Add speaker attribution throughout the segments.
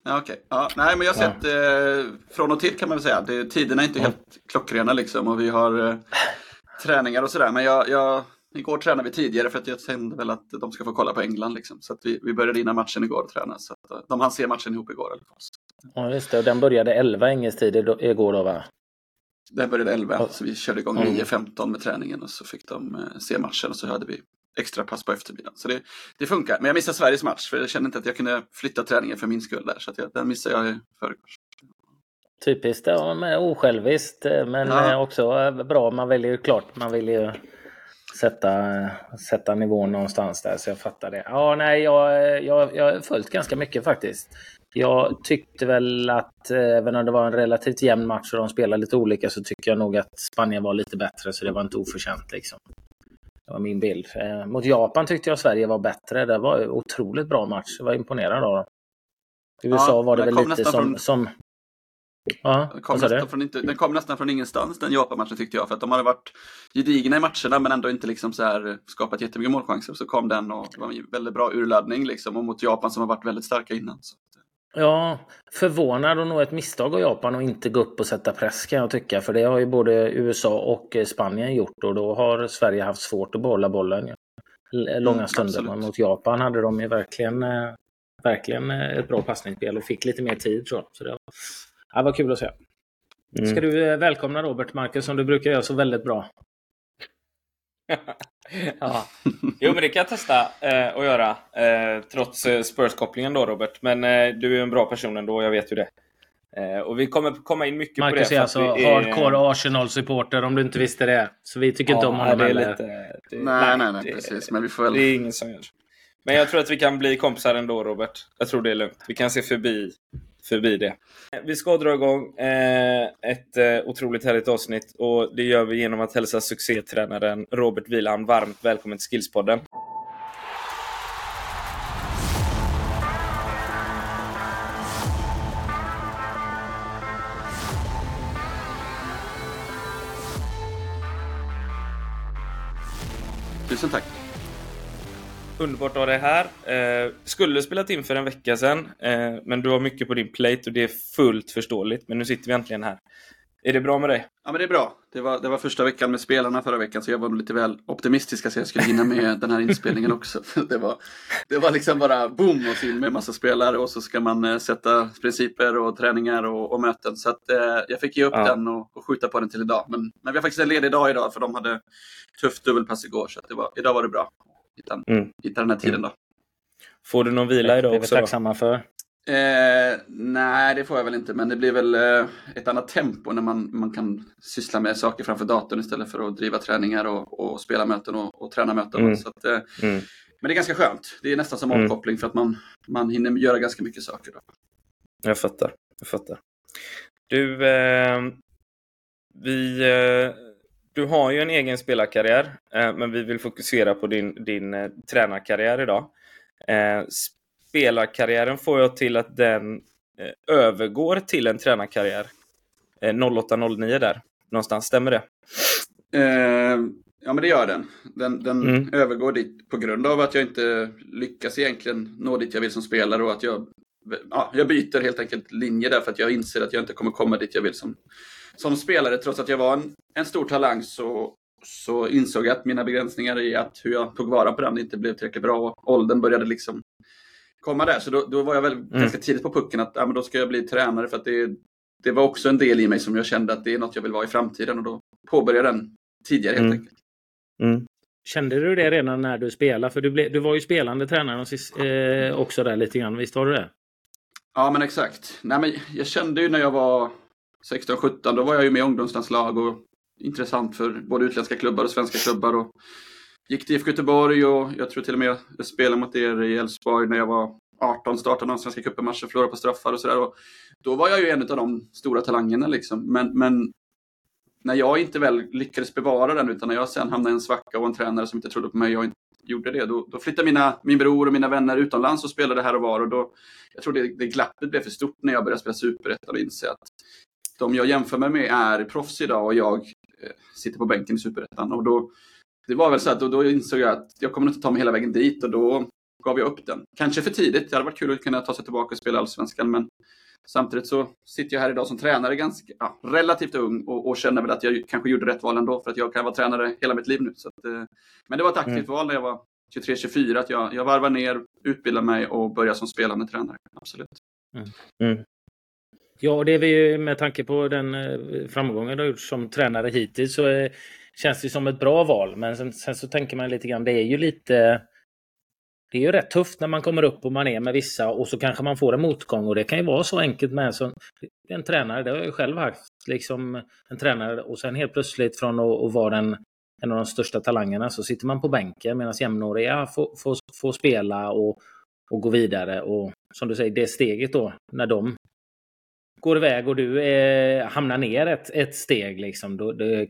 Speaker 1: Ja, okej. Ja, nej, men jag har sett från och till kan man väl säga. Tiderna är inte helt klockrena liksom, och vi har träningar och sådär. Men igår tränade vi tidigare för att jag kände väl att de ska få kolla på England liksom. Så att vi började innan matchen igår och träna. Så att de hann se matchen ihop igår i alla fall.
Speaker 2: Ja, just det. Och den började 11 engelsk tid igår då, va?
Speaker 1: Den började 11, så vi körde igång 9:15 med träningen och så fick de se matchen och så hade vi extra pass på eftermiddagen. Så det funkar. Men jag missade Sveriges match för jag kände inte att jag kunde flytta träningen för min skull där. Så att den missade jag i förrgår.
Speaker 2: Typiskt, ja, men osjälviskt, men också bra. Man vill ju sätta nivån någonstans där, så jag fattar det. Ja, nej, jag har följt ganska mycket faktiskt. Jag tyckte väl att även om det var en relativt jämn match och de spelade lite olika, så tycker jag nog att Spanien var lite bättre, så det var inte oförtjänt liksom. Det var min bild. Mot Japan tyckte jag Sverige var bättre. Det var en otroligt bra match. Jag var imponerad av dem. USA var det väl lite som... Ja,
Speaker 1: den kom nästan från ingenstans, den Japan-matchen tyckte jag. För att de hade varit gedigna i matcherna men ändå inte liksom så här skapat jättemycket målchanser. Så kom den och det var en väldigt bra urladdning liksom. Och mot Japan som har varit väldigt starka innan. Så.
Speaker 2: Ja, förvånad och nog ett misstag av Japan att inte gå upp och sätta press, kan jag tycka. För det har ju både USA och Spanien gjort, och då har Sverige haft svårt att behålla bollen. Långa stunder. Men mot Japan hade de ju verkligen ett bra passningsspel och fick lite mer tid, tror jag. Så det var kul att se. Ska du välkomna Robert Marcus, som du brukar göra så väldigt bra?
Speaker 3: Ja. Jo, men det kan jag testa att göra trots Spurs-kopplingen då, Robert. Men du är en bra person ändå, jag vet ju det. Och vi kommer komma in mycket
Speaker 2: Marcus
Speaker 3: på det.
Speaker 2: Marcus är alltså hardcore Arsenal-supporter, om du inte visste det. Så vi tycker inte om honom.
Speaker 1: Nej, precis. Men vi får väl...
Speaker 3: Det är ingen som gör. Men jag tror att vi kan bli kompisar ändå, Robert. Jag tror det är lugnt. Vi kan se förbi det. Vi ska dra igång ett otroligt härligt avsnitt, och det gör vi genom att hälsa succétränaren Robert Wieland varmt välkommen till Skillspodden.
Speaker 1: Tusen tack.
Speaker 3: Underbart att ha dig här. Skulle spelat in för en vecka sedan, men du har mycket på din plate och det är fullt förståeligt. Men nu sitter vi äntligen här. Är det bra med dig?
Speaker 1: Ja, men det är bra. Det var första veckan med spelarna förra veckan, så jag var lite väl optimistisk att jag skulle hinna med den här inspelningen också. Det var liksom bara boom och så in med massa spelare, och så ska man sätta principer och träningar och möten. Så att jag fick ge upp den och skjuta på den till idag. Men vi har faktiskt en ledig dag idag, för de hade tufft dubbelpass igår, så att idag var det bra. Hitta den här tiden då.
Speaker 3: Får du någon vila idag också?
Speaker 2: Det är vi tacksamma för.
Speaker 1: Nej, det får jag väl inte. Men det blir väl ett annat tempo när man kan syssla med saker framför datorn istället för att driva träningar och spela möten och träna möten. Så att, men det är ganska skönt. Det är nästan som avkoppling, för att man hinner göra ganska mycket saker då.
Speaker 3: Jag fattar. Du, du har ju en egen spelarkarriär, men vi vill fokusera på din tränarkarriär idag. Spelarkarriären får jag till att den övergår till en tränarkarriär 08-09 där. Någonstans, stämmer det?
Speaker 1: Ja, men det gör den. Den övergår dit på grund av att jag inte lyckas egentligen nå dit jag vill som spelare, och att jag byter helt enkelt linje där, för att jag inser att jag inte kommer komma dit jag vill som spelare. Trots att jag var en stor talang, så insåg jag att mina begränsningar i att hur jag tog vara på den inte blev tillräckligt bra, och åldern började liksom komma där. Så då var jag väl ganska tidigt på pucken att men då ska jag bli tränare, för att det var också en del i mig som jag kände att det är något jag vill vara i framtiden, och då påbörjade den tidigare helt enkelt.
Speaker 2: Kände du det redan när du spelade? För du var ju spelande tränare också där lite grann, visst var du det?
Speaker 1: Ja, men exakt. Nej, men jag kände ju när jag var 16-17, då var jag ju med i ungdomslandslag och intressant för både utländska klubbar och svenska klubbar, och gick till IFK Göteborg, och jag tror till och med jag spelade mot er i Elfsborg när jag var 18, startade någon svenska cupen-matcher, förlorade på straffar och sådär, och då var jag ju en av de stora talangerna liksom. Men när jag inte väl lyckades bevara den, utan när jag sen hamnade i en svacka och en tränare som inte trodde på mig, jag inte gjorde det, då flyttade min bror och mina vänner utomlands och spelade här och var, och då, jag tror det glappet blev för stort när jag började spela Superettan och inse att de jag jämför mig med är proffs idag, och jag sitter på bänken i Superettan, och då det var väl så att då insåg jag att jag kommer inte ta mig hela vägen dit, och då gav jag upp den. Kanske för tidigt. Det hade varit kul att kunna ta sig tillbaka och spela Allsvenskan, men samtidigt så sitter jag här idag som tränare ganska relativt ung och känner väl att jag kanske gjorde rätt val ändå, för att jag kan vara tränare hela mitt liv nu. Så att, men det var ett aktivt val när jag var 23-24 att jag varvar ner, utbildar mig och börjar som spelande tränare. Absolut.
Speaker 2: Ja, och det är vi ju, med tanke på den framgången du har gjort som tränare hittills, så känns det som ett bra val. Men sen så tänker man lite grann, det är ju rätt tufft när man kommer upp och man är med vissa och så kanske man får en motgång, och det kan ju vara så enkelt med en tränare. Det har jag ju själv haft, liksom en tränare, och sen helt plötsligt från att vara en av de största talangerna så sitter man på bänken medan jämnåriga får spela och gå vidare. Och som du säger, det steget då när de går iväg och du hamnar ner ett steg liksom, då det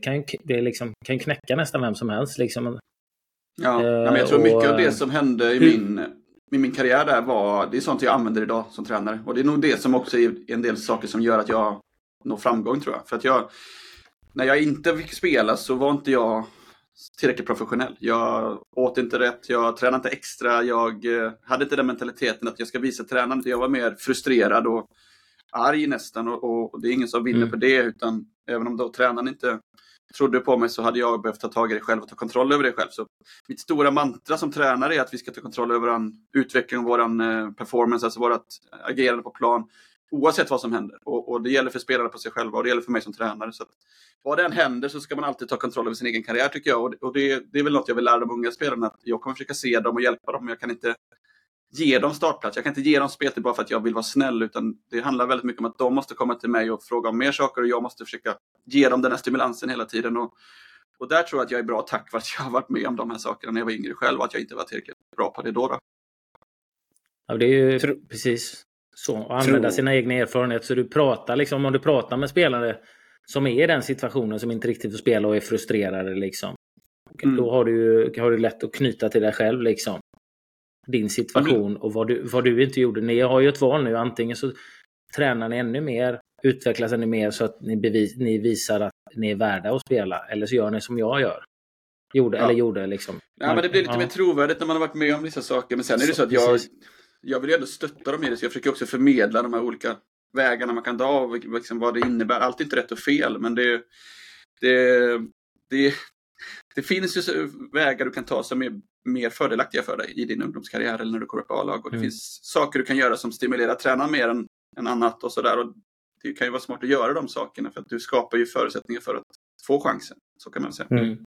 Speaker 2: kan knäcka nästan vem som helst liksom.
Speaker 1: Ja, men jag tror mycket av det som hände i min karriär där det är sånt jag använder idag som tränare. Och det är nog det som också är en del saker som gör att jag når framgång, tror jag. För att när jag inte fick spela så var inte jag tillräckligt professionell. Jag åt inte rätt, jag tränade inte extra, jag hade inte den mentaliteten att jag ska visa tränaren. Jag var mer frustrerad och arg nästan, och det är ingen som vinner på det, utan även om då tränaren inte trodde på mig så hade jag behövt ta tag i det själv och ta kontroll över det själv. Så mitt stora mantra som tränare är att vi ska ta kontroll över vår utveckling och vår performance, alltså vårt agerande på plan, oavsett vad som händer. Och det gäller för spelarna på sig själva, och det gäller för mig som tränare. Så att vad det än händer så ska man alltid ta kontroll över sin egen karriär, tycker jag. Och det är väl något jag vill lära de unga spelarna, att jag kommer försöka se dem och hjälpa dem, men jag kan inte ge dem startplats. Jag kan inte ge dem speltid bara för att jag vill vara snäll, utan det handlar väldigt mycket om att de måste komma till mig och fråga om mer saker, och jag måste försöka ge dem den här stimulansen hela tiden. Och där tror jag att jag är bra tack vare att jag har varit med om de här sakerna när jag var yngre själv, och att jag inte var tillräckligt bra på det då.
Speaker 2: Ja, det är ju precis så. Att använda sina egna erfarenheter. Så du pratar liksom, om du pratar med spelare som är i den situationen, som inte riktigt får spela och är frustrerade liksom. Då har du lätt att knyta till dig själv liksom. Din situation och vad du inte gjorde. Ni har ju ett val nu. Antingen så tränar ni ännu mer, utvecklas ännu mer så att ni visar att ni är värda att spela. Eller så gör ni som jag gjorde liksom.
Speaker 1: Ja, men det blir lite mer trovärdigt när man har varit med om vissa saker. Men sen är det så att jag vill ju ändå stötta dem i det. Så jag försöker också förmedla de här olika vägarna man kan ta och liksom vad det innebär. Allt är inte rätt och fel, men det finns ju vägar du kan ta som är mer fördelaktiga för dig i din ungdomskarriär eller när du kommer upp A-lag. Och det finns saker du kan göra som stimulerar tränaren mer än annat och sådär. Och det kan ju vara smart att göra de sakerna, för att du skapar ju förutsättningar för att få chansen. Så kan man säga.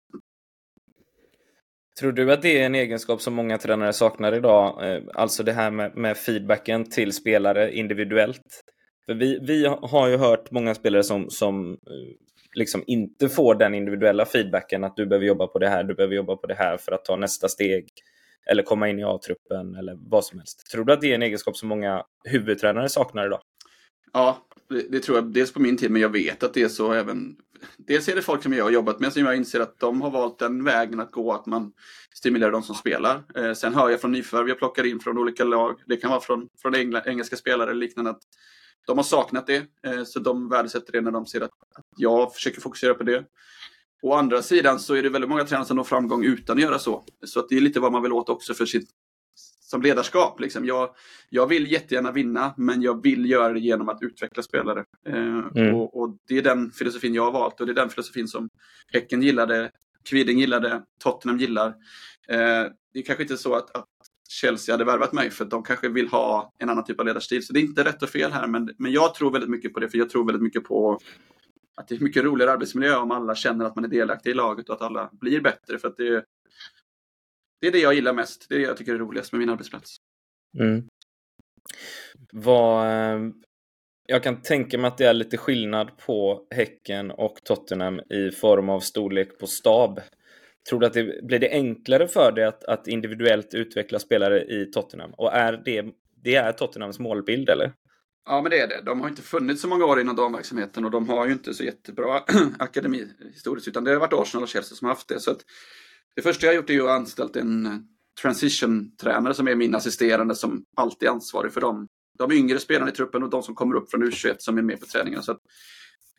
Speaker 3: Tror du att det är en egenskap som många tränare saknar idag? Alltså det här med feedbacken till spelare individuellt. För vi har ju hört många spelare som liksom inte får den individuella feedbacken, att du behöver jobba på det här, du behöver jobba på det här för att ta nästa steg eller komma in i A-truppen eller vad som helst. Tror du att det är en egenskap som många huvudtränare saknar idag?
Speaker 1: Ja, det tror jag dels på min tid, men jag vet att det är så även. Dels är det folk som jag har jobbat med som jag inser att de har valt den vägen att gå, att man stimulerar de som spelar. Sen hör jag från nyförvärv jag plockar in från olika lag, det kan vara från engelska spelare eller liknande, att de har saknat det, så de värdesätter det när de ser att jag försöker fokusera på det. Å andra sidan så är det väldigt många tränare som når framgång utan att göra så. Så att det är lite vad man vill åt också för som ledarskap. Liksom. Jag vill jättegärna vinna, men jag vill göra det genom att utveckla spelare. Och det är den filosofin jag har valt, och det är den filosofin som Häcken gillade, Kviding gillade, Tottenham gillar. Det är kanske inte så att Chelsea hade värvat mig, för att de kanske vill ha en annan typ av ledarstil. Så det är inte rätt och fel här, men jag tror väldigt mycket på det, för jag tror väldigt mycket på att det är mycket roligare arbetsmiljö om alla känner att man är delaktig i laget och att alla blir bättre, för att det är det jag gillar mest. Det är det jag tycker är roligast med min arbetsplats.
Speaker 3: Jag kan tänka mig att det är lite skillnad på Häcken och Tottenham i form av storlek på stab. Tror du att blir det enklare för dig att individuellt utveckla spelare i Tottenham? Och är det är Tottenhams målbild, eller?
Speaker 1: Ja, men det är det. De har inte funnits så många år inom damverksamheten, och de har ju inte så jättebra akademi historiskt, utan det har varit Arsenal och Chelsea som har haft det. Så att det första jag har gjort är ju att anställt en transition-tränare som är min assisterande, som alltid är ansvarig för de yngre spelarna i truppen och de som kommer upp från U21 som är med på träningarna. Så att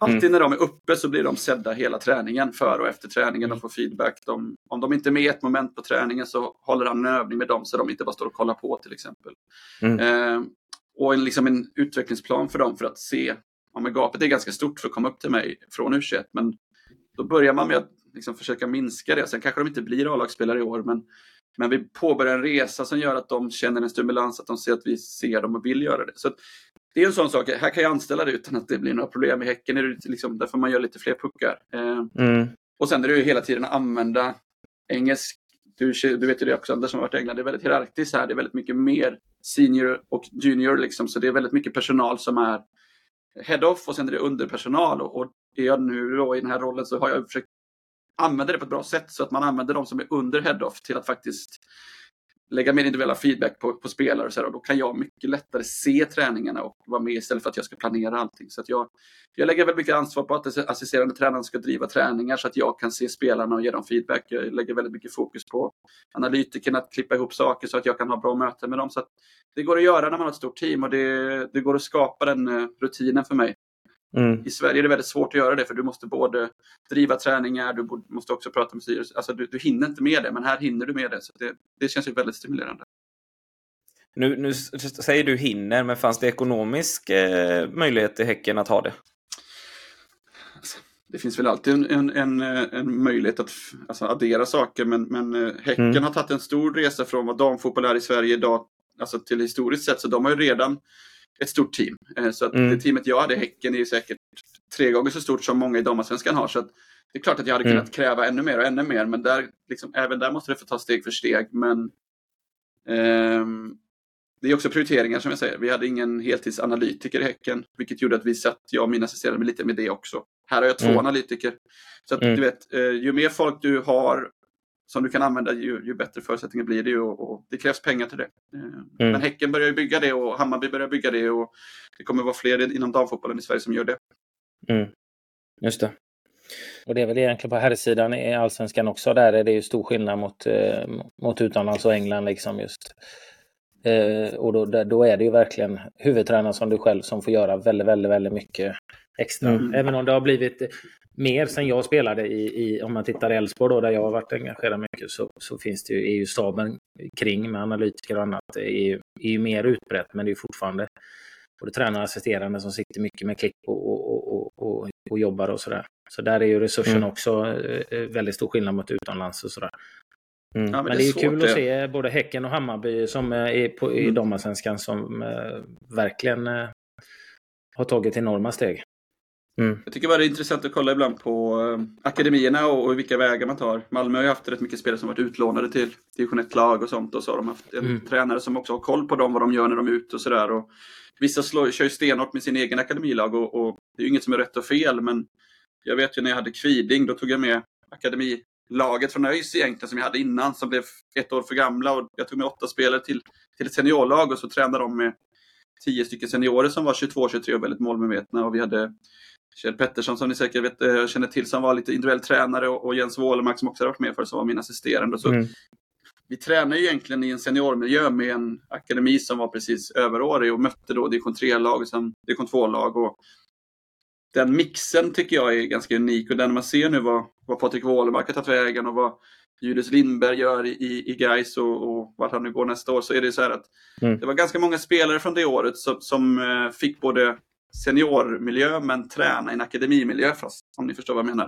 Speaker 1: alltid när de är uppe så blir de sedda hela träningen, före och efter träningen. De får feedback. Om de inte är med i ett moment på träningen så håller han en övning med dem så de inte bara står och kollar på till exempel. Och en utvecklingsplan för dem för att se. Men gapet är ganska stort för att komma upp till mig från U21, men då börjar man med att liksom försöka minska det. Sen kanske de inte blir A-lagsspelare i år, men vi påbörjar en resa som gör att de känner en stimulans, att de ser att vi ser dem och vill göra det. Så att det är en sån sak. Här kan jag anställa det utan att det blir några problem. I Häcken är det liksom, därför man gör lite fler puckar. Och sen är det ju hela tiden att använda engelsk. Du vet ju det också, Anders, som har varit i England. Det är väldigt hierarkiskt här. Det är väldigt mycket mer senior och junior liksom. Så det är väldigt mycket personal som är head-off och sen är det underpersonal. Och är jag nu då i den här rollen så har jag försökt använda det på ett bra sätt så att man använder de som är under head-off till att faktiskt lägga mer individuella feedback på spelare och så här, och då kan jag mycket lättare se träningarna och vara med istället för att jag ska planera allting. Så att jag lägger väldigt mycket ansvar på att assisterande tränaren ska driva träningar så att jag kan se spelarna och ge dem feedback. Jag lägger väldigt mycket fokus på analytikerna att klippa ihop saker så att jag kan ha bra möten med dem. Så att det går att göra när man har ett stort team och det går att skapa den rutinen för mig. I Sverige är det väldigt svårt att göra det för du måste både driva träningar, du måste också prata med styrelsen. Alltså du hinner inte med det, men här hinner du med det. Så det känns ju väldigt stimulerande.
Speaker 3: Nu säger du hinner, men fanns det ekonomisk möjlighet i Häcken att ha det?
Speaker 1: Alltså, det finns väl alltid en möjlighet att addera saker, men Häcken har tagit en stor resa från vad damfotboll är i Sverige idag, alltså till historiskt sett, så de har ju redan ett stort team. Så att det teamet jag hade i Häcken är ju säkert 3 gånger så stort som många i damallsvenskan har. Så att det är klart att jag hade kunnat kräva ännu mer. Men där, liksom, även där måste det få ta steg för steg. Men det är också prioriteringar som jag säger. Vi hade ingen heltidsanalytiker i Häcken. Vilket gjorde att jag och mina assisterade mig lite med det också. Här har jag 2 analytiker. Så att du vet, ju mer folk du har som du kan använda, ju bättre förutsättningar blir det. Och det krävs pengar till det. Men Häcken börjar ju bygga det och Hammarby börjar bygga det. Och det kommer vara fler inom damfotbollen i Sverige som gör det.
Speaker 2: Just det. Och det är väl egentligen på herrsidan i allsvenskan också. Där är det ju stor skillnad mot utomlands och England liksom just. Och då är det ju verkligen huvudtränaren som du själv som får göra väldigt, väldigt, väldigt mycket extra. Även om det har blivit mer sen jag spelade om man tittar i Elfsborg då, där jag har varit engagerad mycket, så finns det ju staben kring med analytiker och annat är ju mer utbrett, men det är ju fortfarande både tränare och assisterande som sitter mycket med klick och jobbar och sådär. Så där är ju resursen också väldigt stor skillnad mot utomlands och sådär. Men det är ju kul att se både Häcken och Hammarby som är i damallsvenskan som verkligen har tagit enorma steg.
Speaker 1: Jag tycker bara det är intressant att kolla ibland på akademierna och vilka vägar man tar. Malmö har ju haft rätt mycket spelare som varit utlånade till division 1-lag och sånt. Och så har de haft en tränare som också har koll på dem, vad de gör när de är ute och sådär. Och vissa kör ju stenhårt med sin egen akademilag och det är ju inget som är rätt och fel. Men jag vet ju när jag hade Kviding, då tog jag med akademilaget från ÖIS egentligen som jag hade innan, som blev 1 år för gamla. Och jag tog med 8 spelare till ett seniorlag och så tränade de med 10 stycken seniorer som var 22-23 och väldigt målmedvetna. Och vi hade Kjell Pettersson som ni säkert känner till som var lite individuell tränare och Jens Wålemark som också har varit med för som var min assisterande. Så vi tränar ju egentligen i en seniormiljö med en akademi som var precis överårig och mötte då division 3-lag och sen division 2-lag. Och den mixen tycker jag är ganska unik och den man ser nu vad Patrik Wålemark har tagit vägen och vad Julius Lindberg gör i Gais och vart han nu går nästa år, så är det så här att det var ganska många spelare från det året som fick både seniormiljö men träna i en akademimiljö, fast om ni förstår vad jag menar.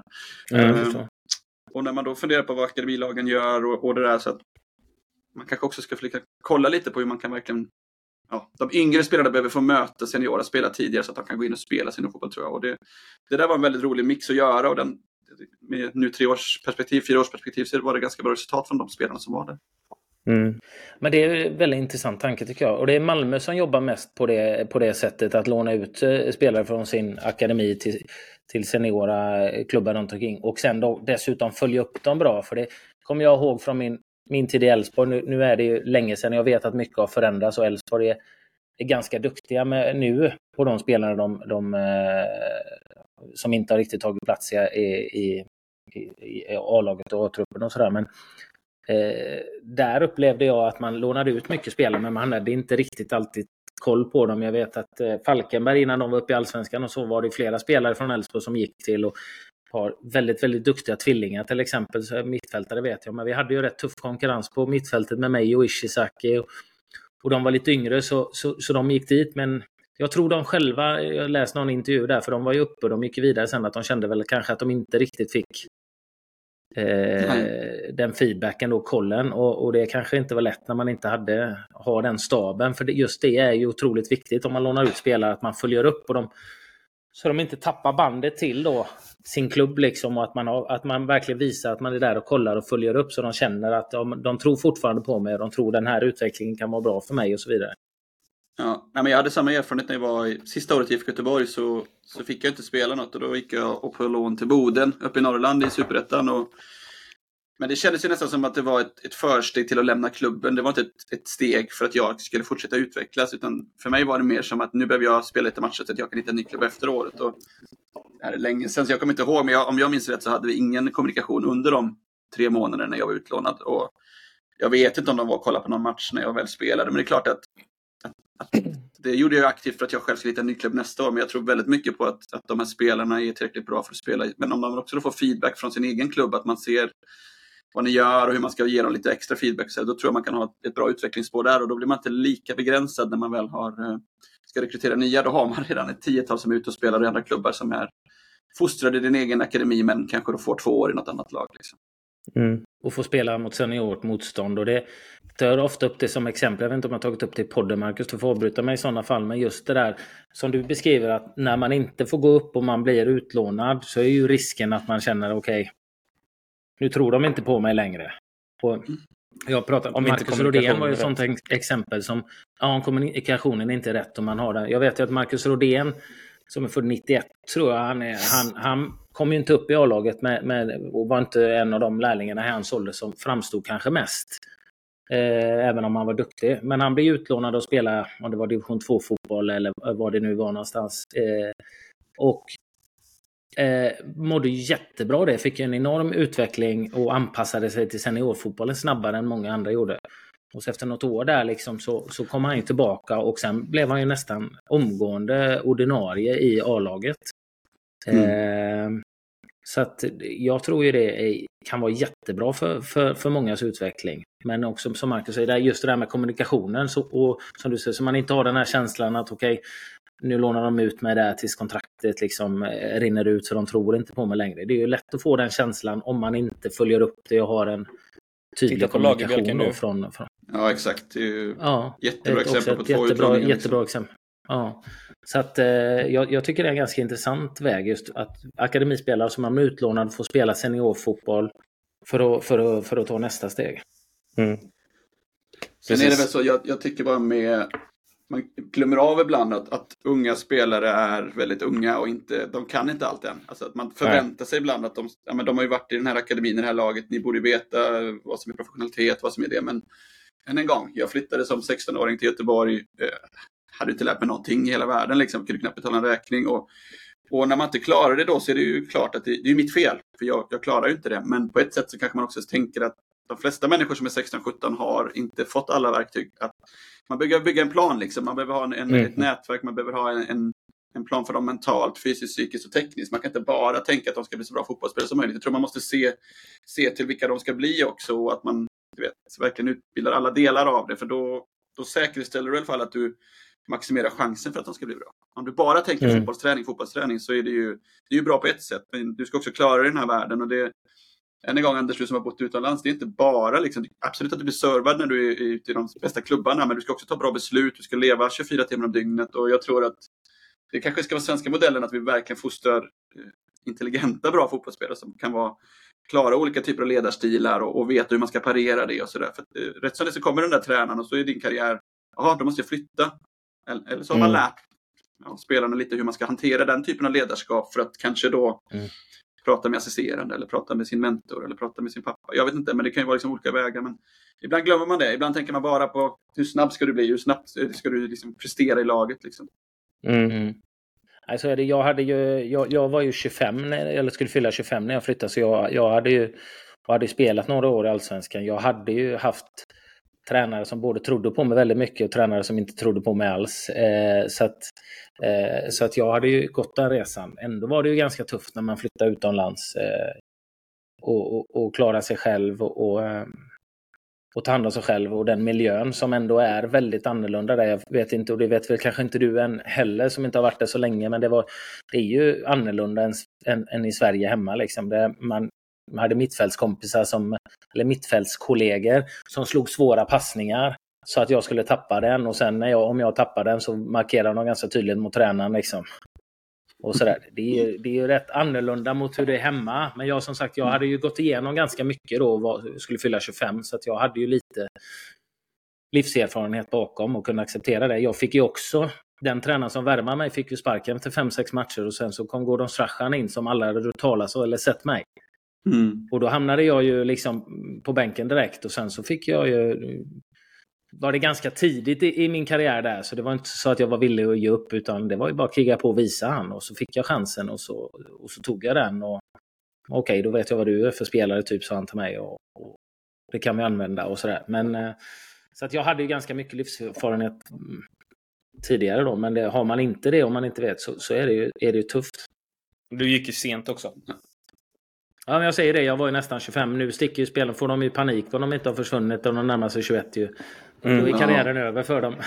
Speaker 1: Och när man då funderar på vad akademilagen gör och det där, så att man kanske också ska kolla lite på hur man kan verkligen, de yngre spelarna behöver få möta seniorer, spela tidigare så att de kan gå in och spela sin fotboll, tror jag. Och det där var en väldigt rolig mix att göra, och den med nu 4-årsperspektiv så var det ganska bra resultat från de spelarna som var där.
Speaker 2: Men det är en väldigt intressant tanke tycker jag. Och det är Malmö som jobbar mest på det sättet, att låna ut spelare från sin akademi till seniora klubbar runt omkring. Och sen då dessutom följa upp dem bra. För det kommer jag ihåg från min tid i Elfsborg. Nu är det ju länge sedan, jag vet att mycket har förändrats och Elfsborg är ganska duktiga nu på de spelarna som inte har riktigt tagit plats i A-laget och A-truppen och sådär. Men där upplevde jag att man lånade ut mycket spelare, men man hade inte riktigt alltid koll på dem. Jag vet att Falkenberg innan de var uppe i Allsvenskan och så var det flera spelare från Elfsborg som gick till och har väldigt, väldigt duktiga tvillingar till exempel. Så mittfältare vet jag, men vi hade ju rätt tuff konkurrens på mittfältet med mig och Ishizaki och de var lite yngre så de gick dit, men jag tror de själva, jag läste någon intervju där, för de var ju uppe och de gick vidare sen, att de kände väl kanske att de inte riktigt fick den feedbacken då, kollen, och det kanske inte var lätt när man inte har den staben, för just det är ju otroligt viktigt om man lånar ut spelare, att man följer upp och så de inte tappar bandet till då sin klubb liksom, och att man verkligen visar att man är där och kollar och följer upp, så de känner att de tror fortfarande på mig och de tror den här utvecklingen kan vara bra för mig och så vidare.
Speaker 1: Ja, men jag hade samma erfarenhet när jag var sista året i IFK Göteborg, så fick jag inte spela något, och då gick jag på lån till Boden uppe i Norrland i Superettan. Men det kändes ju nästan som att det var ett försteg till att lämna klubben. Det var inte ett steg för att jag skulle fortsätta utvecklas, utan för mig var det mer som att nu behöver jag spela lite matcher så att jag kan hitta en ny klubb efter året. Och det här är länge sedan så jag kommer inte ihåg, men om jag minns rätt så hade vi ingen kommunikation under de 3 månaderna när jag var utlånad. Och jag vet inte om de var och kollade på någon match när jag väl spelade, men det är klart att det gjorde jag aktivt för att jag själv skulle hitta en ny klubb nästa år, men jag tror väldigt mycket på att de här spelarna är tillräckligt bra för att spela. Men om man också får feedback från sin egen klubb, att man ser vad ni gör och hur man ska ge dem lite extra feedback, så då tror jag man kan ha ett bra utvecklingsspår där, och då blir man inte lika begränsad när man väl ska rekrytera nya. Då har man redan ett 10-tal som är ute och spelar i andra klubbar som är fostrade i din egen akademi, men kanske då får 2 år i något annat lag liksom.
Speaker 2: Och få spela mot seniort motstånd, och det tar ofta upp det som exempel. Jag vet inte om jag har tagit upp det i podden, Marcus, du får avbryta mig i sådana fall, men just det där som du beskriver, att när man inte får gå upp och man blir utlånad, så är ju risken att man känner okej, nu tror de inte på mig längre. Och jag har pratat om Marcus Rodén var ju ett sånt exempel som, kommunikationen är inte rätt om man har det. Jag vet ju att Marcus Rodén, som är född 91, tror jag han kom ju inte upp i A-laget och var inte en av de lärlingarna i hans ålder som framstod kanske mest. Även om han var duktig. Men han blev utlånad och spelade, om det var division 2-fotboll eller vad det nu var någonstans. Och mådde jättebra det. Fick en enorm utveckling och anpassade sig till seniorfotbollen snabbare än många andra gjorde. Och så efter något år där liksom, så kom han ju tillbaka, och sen blev han ju nästan omgående ordinarie i A-laget. Så att jag tror ju det kan vara jättebra för mångas utveckling. Men också som Marcus säger, just det där med kommunikationen, och som du säger, så man inte har den här känslan att okej, nu lånar de ut mig där tills kontraktet liksom rinner ut, så de tror inte på mig längre. Det är ju lätt att få den känslan om man inte följer upp det och har en tydlig kommunikation då från.
Speaker 1: Ja, exakt. Det är ju jättebra exempel på 2 utlåningar.
Speaker 2: Jättebra exempel. Ja. Så att jag tycker det är en ganska intressant väg, just att akademispelare som är utlånade får spela seniorfotboll för att ta nästa steg.
Speaker 1: Sen är det väl så, jag tycker bara man glömmer av ibland att unga spelare är väldigt unga och de kan inte allt än. Alltså att man förväntar sig ibland att de har ju varit i den här akademin, i det här laget, ni borde veta vad som är professionalitet, vad som är det. Men än en gång, jag flyttade som 16-åring till Göteborg, hade inte lärt mig någonting i hela världen, liksom, kunde knappt betala en räkning. Och när man inte klarar det då, så är det ju klart att det är mitt fel, för jag klarar ju inte det. Men på ett sätt så kanske man också tänker att de flesta människor som är 16-17 har inte fått alla verktyg. Att man behöver bygga en plan, liksom. Man behöver ha ett nätverk, man behöver ha en plan för dem mentalt, fysiskt, psykiskt och tekniskt. Man kan inte bara tänka att de ska bli så bra fotbollsspelare som möjligt. Jag tror man måste se till vilka de ska bli också, och att man verkligen utbildar alla delar av det, för då säkerställer du i alla fall att du maximerar chansen för att de ska bli bra. Om du bara tänker fotbollsträning, så är det är ju bra på ett sätt, men du ska också klara dig i den här världen. Och det, än en gång, Anders, du som har bott utomlands, det är inte bara liksom, absolut att du blir servad när du är ute i de bästa klubbarna, men du ska också ta bra beslut, du ska leva 24 timmar om dygnet, och jag tror att det kanske ska vara svenska modellen, att vi verkligen fostrar intelligenta, bra fotbollsspelare som kan klara olika typer av ledarstilar och veta hur man ska parera det och sådär. För att, rätt som det så kommer den där tränaren, och så är din karriär, då måste jag flytta. Eller så har man lärt spelarna lite hur man ska hantera den typen av ledarskap, för att kanske då prata med assisterande, eller prata med sin mentor, eller prata med sin pappa. Jag vet inte, men det kan ju vara liksom olika vägar. Men ibland glömmer man det. Ibland tänker man bara på hur snabb ska du bli, hur snabbt ska du liksom prestera i laget. Liksom.
Speaker 2: Alltså, jag var ju 25, eller skulle fylla 25 när jag flyttade, så jag hade spelat några år i Allsvenskan. Jag hade ju haft tränare som både trodde på mig väldigt mycket och tränare som inte trodde på mig alls. Så att jag hade ju gått den resan. Ändå var det ju ganska tufft när man flyttade utomlands och klara sig själv och ta hand om sig själv och den miljön som ändå är väldigt annorlunda där. Jag vet inte, och det vet väl kanske inte du än heller som inte har varit där så länge, men det är ju annorlunda än i Sverige hemma liksom. Man hade mittfältskompisar eller mittfältskollegor som slog svåra passningar så att jag skulle tappa den, och sen om jag tappade den så markerade de ganska tydligt mot tränaren liksom. Och sådär. Det är ju rätt annorlunda mot hur det är hemma. Men jag, som sagt, jag hade ju gått igenom ganska mycket då, skulle fylla 25, så att jag hade ju lite livserfarenhet bakom och kunde acceptera det. Jag fick ju också, den tränaren som värmade mig fick ju sparken efter 5-6 matcher, och sen så kom Gordon Strachan in som alla hade talat så eller sett mig. Och då hamnade jag ju liksom på bänken direkt, och sen så fick jag ju, var det ganska tidigt i min karriär där, så det var inte så att jag var villig att ge upp, utan det var ju bara att kriga på och visa han, och så fick jag chansen och så tog jag den, och okej, då vet jag vad du är för spelare typ, sa han till mig, och det kan vi använda och sådär. Men så att jag hade ju ganska mycket livserfarenhet tidigare då, men har man inte det, om man inte vet, så är det ju tufft.
Speaker 3: Du gick ju sent också.
Speaker 2: Ja, men jag säger det, jag var ju nästan 25. Nu sticker ju spelen, får de ju panik om de inte har försvunnit och de närmar sig 21 ju. Då är karriären över för dem.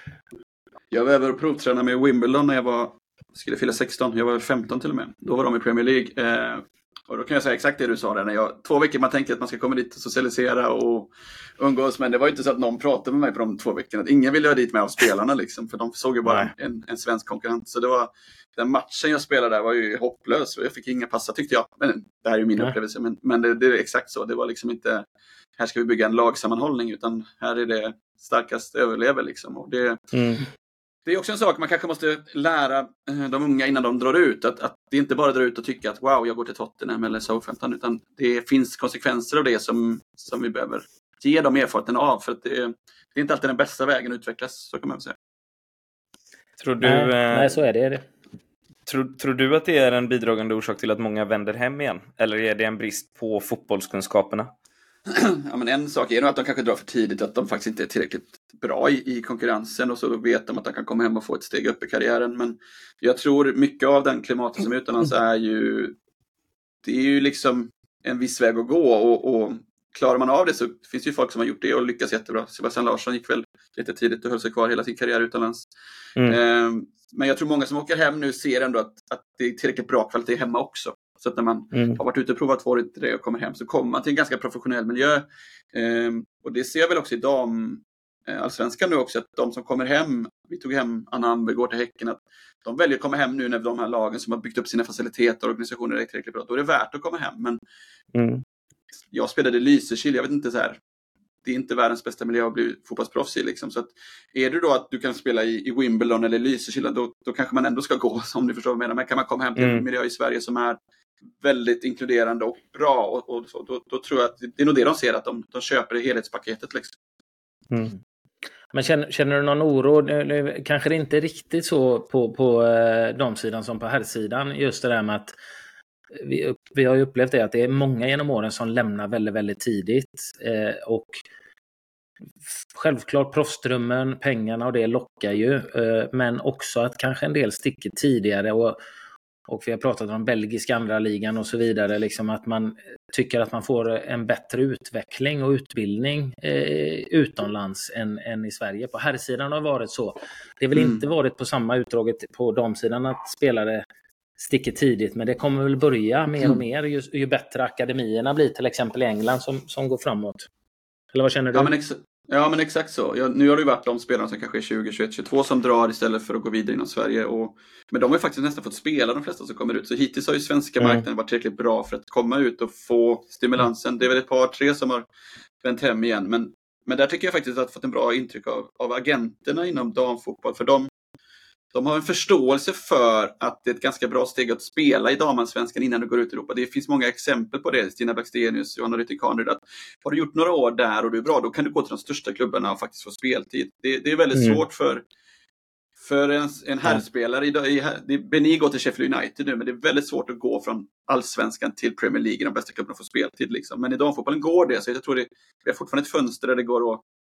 Speaker 1: Jag var över och provtränade med Wimbledon när jag skulle fylla 16. Jag var 15 till och med. Då var de i Premier League. Och då kan jag säga exakt det du sa där. 2 veckor man tänker att man ska komma dit och socialisera och umgås. Men det var ju inte så att någon pratade med mig på de 2 veckorna. Ingen ville ha dit med av spelarna liksom. För de såg ju bara en svensk konkurrent. Så det var, den matchen jag spelade där var ju hopplös. Jag fick inga passa tyckte jag. Men det här är ju min upplevelse. Men det är exakt så. Det var liksom inte, här ska vi bygga en lagsammanhållning. Utan här är det starkast överlever liksom. Och det är också en sak man kanske måste lära de unga innan de drar ut. Att det inte bara drar ut och tycka att wow, jag går till Tottenham eller Southampton. Utan det finns konsekvenser av det som vi behöver ge dem erfarenheten av. För att det är inte alltid den bästa vägen att utvecklas, så kan man säga.
Speaker 3: Tror du,
Speaker 2: nej, så är det.
Speaker 3: Tror du att det är en bidragande orsak till att många vänder hem igen? Eller är det en brist på fotbollskunskaperna?
Speaker 1: Ja, men en sak är nog att de kanske drar för tidigt, att de faktiskt inte är tillräckligt bra i konkurrensen, och så vet de att de kan komma hem och få ett steg upp i karriären. Men jag tror mycket av den klimatet som utomlands det är ju liksom en viss väg att gå, och klarar man av det så finns det ju folk som har gjort det och lyckas jättebra. Sebastian Larsson gick väl lite tidigt och höll sig kvar hela sin karriär utomlands. Men jag tror många som åker hem nu ser ändå att det är tillräckligt bra kvalitet hemma också. Så att när man har varit ute och provat 2 år inte det och kommer hem, så kommer man till en ganska professionell miljö. Och det ser jag väl också i allsvenskan nu också, att de som kommer hem, vi tog hem Anna Amberg, går till Häcken, att de väljer att komma hem nu när de här lagen som har byggt upp sina faciliteter och organisationer är tillräckligt bra. Då är det värt att komma hem. Men jag spelade i Lysekil, jag vet inte så här. Det är inte världens bästa miljö att bli fotbollsproffs i liksom. Så att är du då att du kan spela i Wimbledon eller Lysekil, då kanske man ändå ska gå, om du förstår vad jag menar. Men kan man komma hem till en miljö i Sverige som är väldigt inkluderande och bra, och så, då tror jag att det är nog det de ser, att de köper det helhetspaketet liksom.
Speaker 2: Men känner du någon oro? Kanske det inte är riktigt så på damsidan som på herrsidan, just det där med att vi har ju upplevt det, att det är många genom åren som lämnar väldigt, väldigt tidigt, och självklart proffsdrömmen, pengarna och det lockar ju, men också att kanske en del sticker tidigare, och vi har pratat om belgiska andra ligan och så vidare, liksom att man tycker att man får en bättre utveckling och utbildning utomlands än i Sverige. På herrsidan har det varit så. Det har väl inte varit på samma utdraget på damsidan att spelare sticker tidigt, men det kommer väl börja mer och mer ju bättre akademierna blir, till exempel i England som går framåt. Eller vad känner du?
Speaker 1: Ja, men exakt så. Nu har det ju varit de spelarna som kanske är 20, 21, 22 som drar istället för att gå vidare inom Sverige. Men de har ju faktiskt nästan fått spela, de flesta som kommer ut. Så hittills har ju svenska marknaden varit tillräckligt bra för att komma ut och få stimulansen. Det är väl ett par, 3 som har vänt hem igen. Men där tycker jag faktiskt att jag har fått en bra intryck av agenterna inom damfotboll. För de har en förståelse för att det är ett ganska bra steg att spela i damallsvenskan innan du går ut i Europa. Det finns många exempel på det. Stina Blackstenius, Johanna Rytting-Kaneryd. Har du gjort några år där och du är bra, då kan du gå till de största klubbarna och faktiskt få speltid. Det är väldigt svårt för en herrspelare. Benny går till Sheffield United nu, men det är väldigt svårt att gå från allsvenskan till Premier League, de bästa klubbarna, får speltid. Liksom. Men i damfotbollen går det, så jag tror det är fortfarande ett fönster där det går att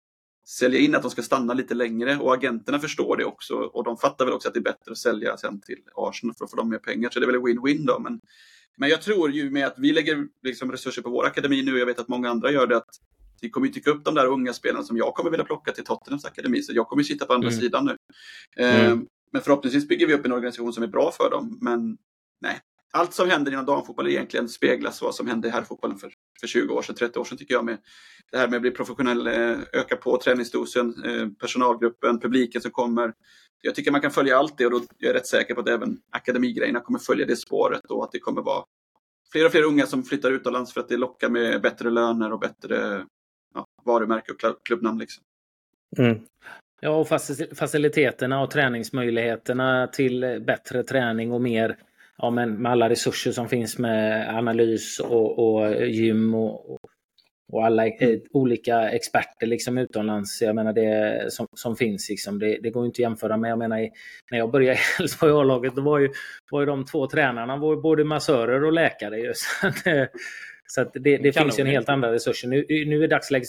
Speaker 1: sälja in att de ska stanna lite längre, och agenterna förstår det också, och de fattar väl också att det är bättre att sälja sen till Arsenal för att få dem mer pengar, så det är väl win-win då. Men jag tror ju med att vi lägger liksom resurser på vår akademi nu, och jag vet att många andra gör det, att vi kommer ju tycka upp de där unga spelarna som jag kommer vilja plocka till Tottenhams akademi, så jag kommer ju sitta på andra sidan nu. Men förhoppningsvis bygger vi upp en organisation som är bra för dem, men nej. Allt som händer inom damfotboll egentligen speglas vad som hände i herrfotbollen för 20 år sedan, 30 år sedan tycker jag, med det här med att bli professionell, öka på träningsdosen, personalgruppen, publiken som kommer. Jag tycker man kan följa allt det, och då är jag rätt säker på att även akademigrejerna kommer följa det spåret, och att det kommer vara fler och fler unga som flyttar utomlands för att det lockar med bättre löner och bättre varumärke och klubbnamn liksom.
Speaker 2: Ja, och faciliteterna och träningsmöjligheterna till bättre träning och mer, ja, men med alla resurser som finns med analys och gym och alla olika experter liksom utomlands. Jag menar det som finns liksom, det går inte att jämföra med. Jag menar när jag började i Elfsborg A-laget, då var ju de 2 tränarna var både massörer och läkare ju. Så att det finns ju en helt andra resurser. Nu i dagsläget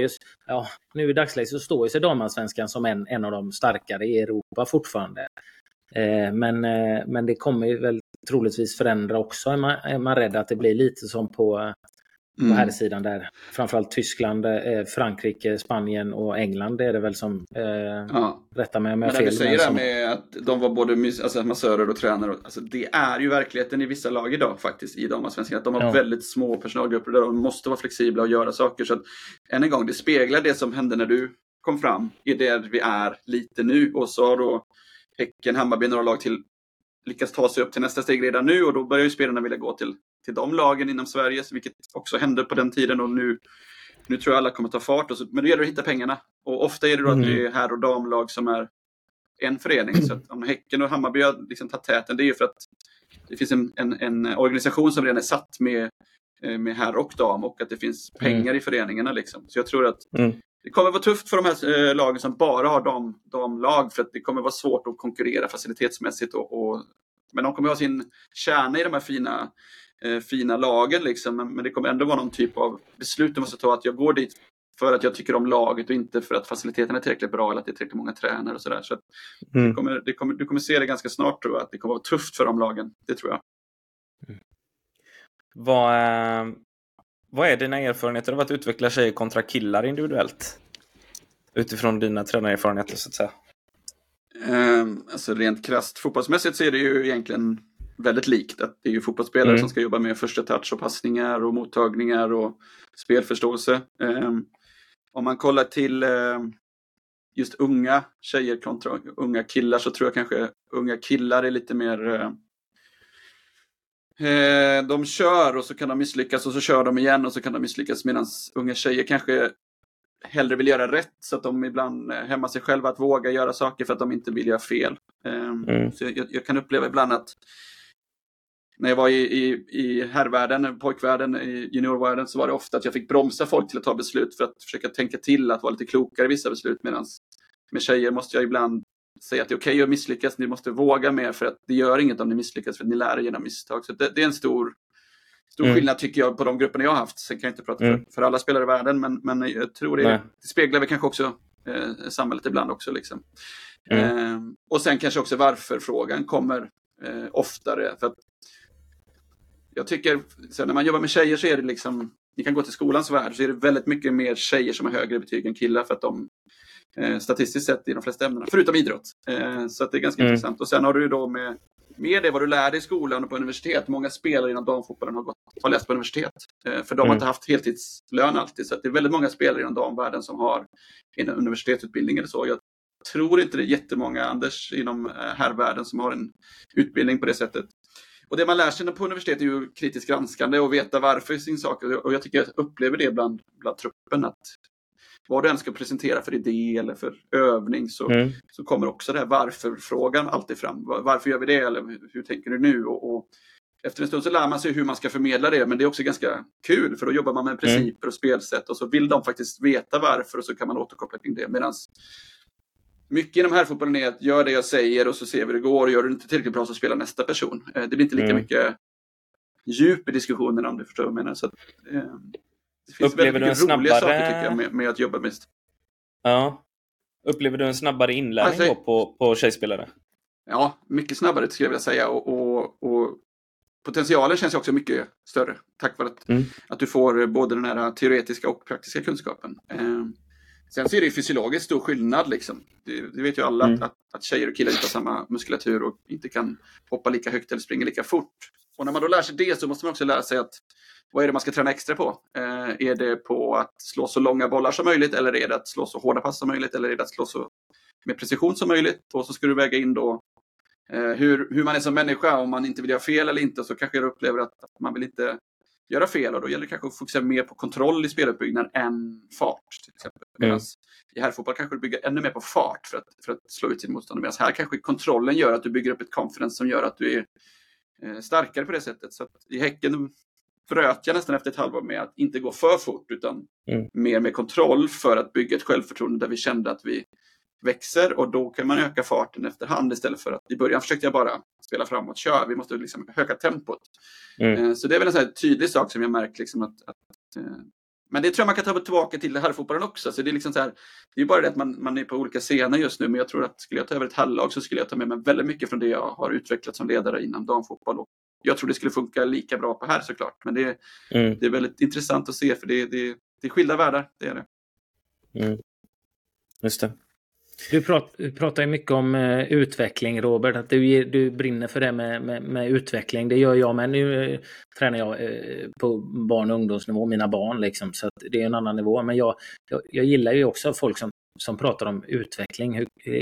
Speaker 2: så står ju sig damallsvenskan som en av de starkare i Europa fortfarande. Men det kommer ju väl troligtvis förändra också. Är man rädd att det blir lite som på här sidan där. Framförallt Tyskland, Frankrike, Spanien och England är det väl som rätta mig om jag fel.
Speaker 1: Men när du säger det med att de var både massörer och tränare, alltså det är ju verkligheten i vissa lag idag faktiskt i damallsvenskan, att de har väldigt små personalgrupper där de måste vara flexibla och göra saker. Så att, än en gång, det speglar det som hände när du kom fram i det vi är lite nu, och så har då Häcken, Hammarby, några lag till lyckas ta sig upp till nästa steg redan nu, och då börjar ju spelarna vilja gå till de lagen inom Sverige, vilket också hände på den tiden, och nu tror jag alla kommer ta fart, men då gäller det att hitta pengarna, och ofta är det då att det är herr- och damlag som är en förening, så att om Häcken och Hammarby har liksom tagit täten, det är ju för att det finns en organisation som redan är satt med herr och dam, och att det finns pengar i föreningarna liksom. Så jag tror att det kommer vara tufft för de här lagen som bara har damlag, för att det kommer vara svårt att konkurrera facilitetsmässigt, men de kommer ha sin kärna i de här fina lagen liksom, men det kommer ändå vara någon typ av beslut du måste ta, att jag går dit för att jag tycker om laget och inte för att faciliteten är tillräckligt bra eller att det är tillräckligt många tränare och sådär. Så att du kommer se det ganska snart, tror jag, att det kommer vara tufft för de lagen, det tror jag.
Speaker 3: Vad är dina erfarenheter av att utveckla tjejer kontra killar individuellt? Utifrån dina tränarerfarenheter så att säga.
Speaker 1: Alltså rent krasst fotbollsmässigt så är det ju egentligen väldigt likt. Att det är ju fotbollsspelare som ska jobba med första touch och passningar och mottagningar och spelförståelse. Om man kollar till just unga tjejer kontra unga killar, så tror jag kanske unga killar är lite mer... de kör och så kan de misslyckas, och så kör de igen och så kan de misslyckas, medan unga tjejer kanske hellre vill göra rätt, så att de ibland hämmar sig själva att våga göra saker för att de inte vill göra fel. Så jag kan uppleva ibland att när jag var i herrvärlden, pojkvärlden, i juniorvärlden, så var det ofta att jag fick bromsa folk till att ta beslut för att försöka tänka till, att vara lite klokare i vissa beslut, medan med tjejer måste jag ibland säga att det är okej att misslyckas, ni måste våga mer, för att det gör inget om ni misslyckas, för att ni lär er genom misstag. Så det är en stor skillnad tycker jag på de grupperna jag har haft. Sen kan jag inte prata för alla spelare i världen, men jag tror det speglar väl kanske också samhället ibland också liksom. Och sen kanske också varför-frågan kommer oftare, för att jag tycker så när man jobbar med tjejer så är det liksom, ni kan gå till skolans värld, så är det väldigt mycket mer tjejer som har högre betyg än killar, för att de statistiskt sett i de flesta ämnena, förutom idrott. Så att det är ganska intressant. Och sen har du då med det vad du lär dig i skolan och på universitet. Många spelare inom damfotbollen har läst på universitet. För de har inte haft heltidslön alltid. Så att det är väldigt många spelare inom damvärlden som har en universitetsutbildning eller så. Jag tror inte det är jättemånga, Anders, inom herrvärlden som har en utbildning på det sättet. Och det man lär sig på universitet är ju kritiskt granskande och veta varför sin sak. Och jag tycker jag upplever det bland truppen, att vad du än ska presentera för idé eller för övning, så kommer också det här varför-frågan alltid fram. Varför gör vi det? Eller hur tänker du nu? Och efter en stund så lär man sig hur man ska förmedla det, men det är också ganska kul, för då jobbar man med principer och spelsätt, och så vill de faktiskt veta varför, och så kan man återkoppla kring det. Medan mycket inom här fotbollen är att gör det jag säger och så ser vi hur det går, och gör du inte tillräckligt bra så spelar nästa person. Det blir inte lika mycket djup i diskussionen, om du förstår vad jag menar. Så att, det finns väldigt mycket roliga saker tycker jag med att jobba med
Speaker 3: Ja. Upplever du en snabbare inlärning
Speaker 1: Alltså,
Speaker 3: då på tjejspelare?
Speaker 1: Ja, mycket snabbare skulle jag vilja säga. Och potentialen känns ju också mycket större. Tack vare att du får både den här teoretiska och praktiska kunskapen. Sen så är det ju fysiologiskt stor skillnad liksom. Det vet ju alla att tjejer och killar inte har samma muskulatur och inte kan hoppa lika högt eller springa lika fort. Och när man då lär sig det så måste man också lära sig att vad är det man ska träna extra på? Är det på att slå så långa bollar som möjligt, eller är det att slå så hårda pass som möjligt, eller är det att slå så med precision som möjligt? Och så ska du väga in då hur man är som människa, om man inte vill göra fel eller inte, så kanske jag upplever att man vill inte göra fel, och då gäller det kanske att fokusera mer på kontroll i speluppbyggnad än fart till exempel. Medan i herrfotboll kanske du bygger ännu mer på fart för att slå ut sin motståndare, medan här kanske kontrollen gör att du bygger upp ett confidence som gör att du är starkare på det sättet. Så att i Häcken bröt jag nästan efter ett halvår med att inte gå för fort, utan mer med kontroll för att bygga ett självförtroende där vi kände att vi växer, och då kan man öka farten efterhand istället för att i början försökte jag bara spela framåt, kör, vi måste liksom öka tempot. Så det är väl en sån här tydlig sak som jag märker liksom att men det tror jag man kan ta tillbaka till herrfotbollen också, så det är liksom så här, det är bara det att man är på olika scener just nu, men jag tror att skulle jag ta över ett herrlag så skulle jag ta med mig väldigt mycket från det jag har utvecklat som ledare inom damfotboll, och jag tror det skulle funka lika bra på här såklart, men det är väldigt intressant att se, för det är skilda världar, det är det.
Speaker 2: Just det. Du pratar ju mycket om utveckling, Robert, att du brinner för det med utveckling. Det gör jag, men nu tränar jag på barn- och ungdomsnivå, mina barn liksom, så att det är en annan nivå. Men jag gillar ju också folk som pratar om utveckling.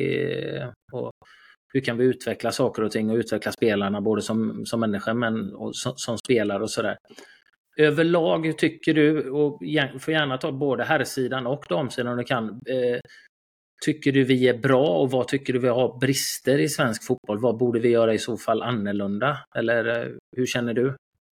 Speaker 2: Hur kan vi utveckla saker och ting och utveckla spelarna både som människor men och som spelare och sådär. Överlag, hur tycker du, och får gärna ta både herrsidan och damsidan om du kan, tycker du vi är bra, och vad tycker du vi har brister i svensk fotboll? Vad borde vi göra i så fall annorlunda? Eller hur känner du?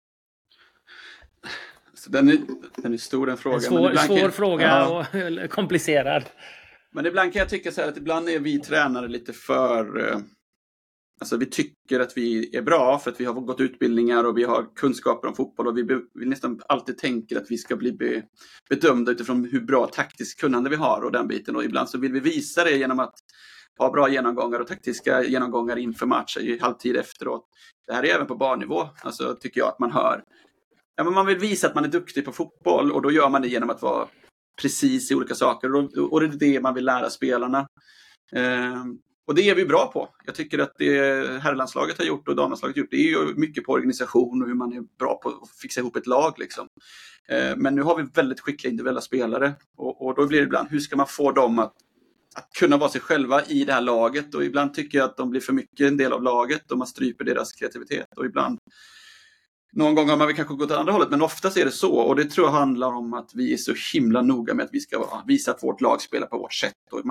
Speaker 1: Så den är stor, den frågan.
Speaker 2: Svår fråga och komplicerad.
Speaker 1: Men ibland kan jag tycka så här att ibland är vi tränare lite för... Alltså vi tycker att vi är bra för att vi har gått utbildningar och vi har kunskaper om fotboll, och vi nästan alltid tänker att vi ska bli bedömda utifrån hur bra taktiskt kunnande vi har och den biten. Och ibland så vill vi visa det genom att ha bra genomgångar och taktiska genomgångar inför matcher i halvtid efteråt. Det här är även på barnnivå, alltså tycker jag att man hör. Ja, men man vill visa att man är duktig på fotboll, och då gör man det genom att vara precis i olika saker, och det är det man vill lära spelarna. Och det är vi bra på. Jag tycker att det herrlandslaget har gjort och damlandslaget har gjort, det är ju mycket på organisation och hur man är bra på att fixa ihop ett lag liksom. Men nu har vi väldigt skickliga individuella spelare, och då blir det ibland, hur ska man få dem att kunna vara sig själva i det här laget? Och ibland tycker jag att de blir för mycket en del av laget och man stryper deras kreativitet, och ibland någon gång har man väl kanske gått åt andra hållet, men oftast är det så, och det tror jag handlar om att vi är så himla noga med att vi ska visa att vårt lag spelar på vårt sätt, och